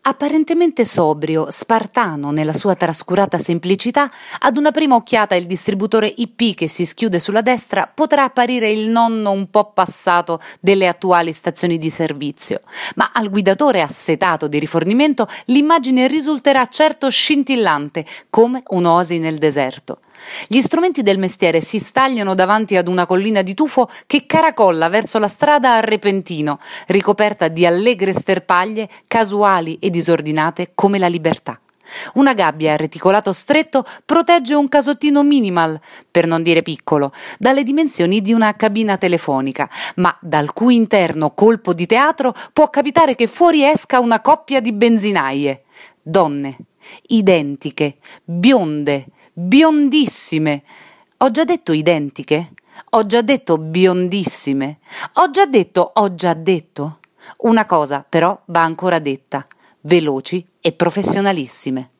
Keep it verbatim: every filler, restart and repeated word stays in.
Apparentemente sobrio, spartano nella sua trascurata semplicità, ad una prima occhiata il distributore I P che si schiude sulla destra potrà apparire il nonno un po' passato delle attuali stazioni di servizio, ma al guidatore assetato di rifornimento l'immagine risulterà certo scintillante, come un'oasi nel deserto. Gli strumenti del mestiere si stagliano davanti ad una collina di tufo che caracolla verso la strada a repentino, ricoperta di allegre sterpaglie, casuali e disordinate come la libertà. Una gabbia a reticolato stretto protegge un casottino minimal, per non dire piccolo, dalle dimensioni di una cabina telefonica, ma dal cui interno colpo di teatro può capitare che fuori esca una coppia di benzinaie. Donne, identiche, bionde, biondissime. Ho già detto identiche? Ho già detto biondissime? Ho già detto ho già detto? Una cosa però va ancora detta: veloci e professionalissime.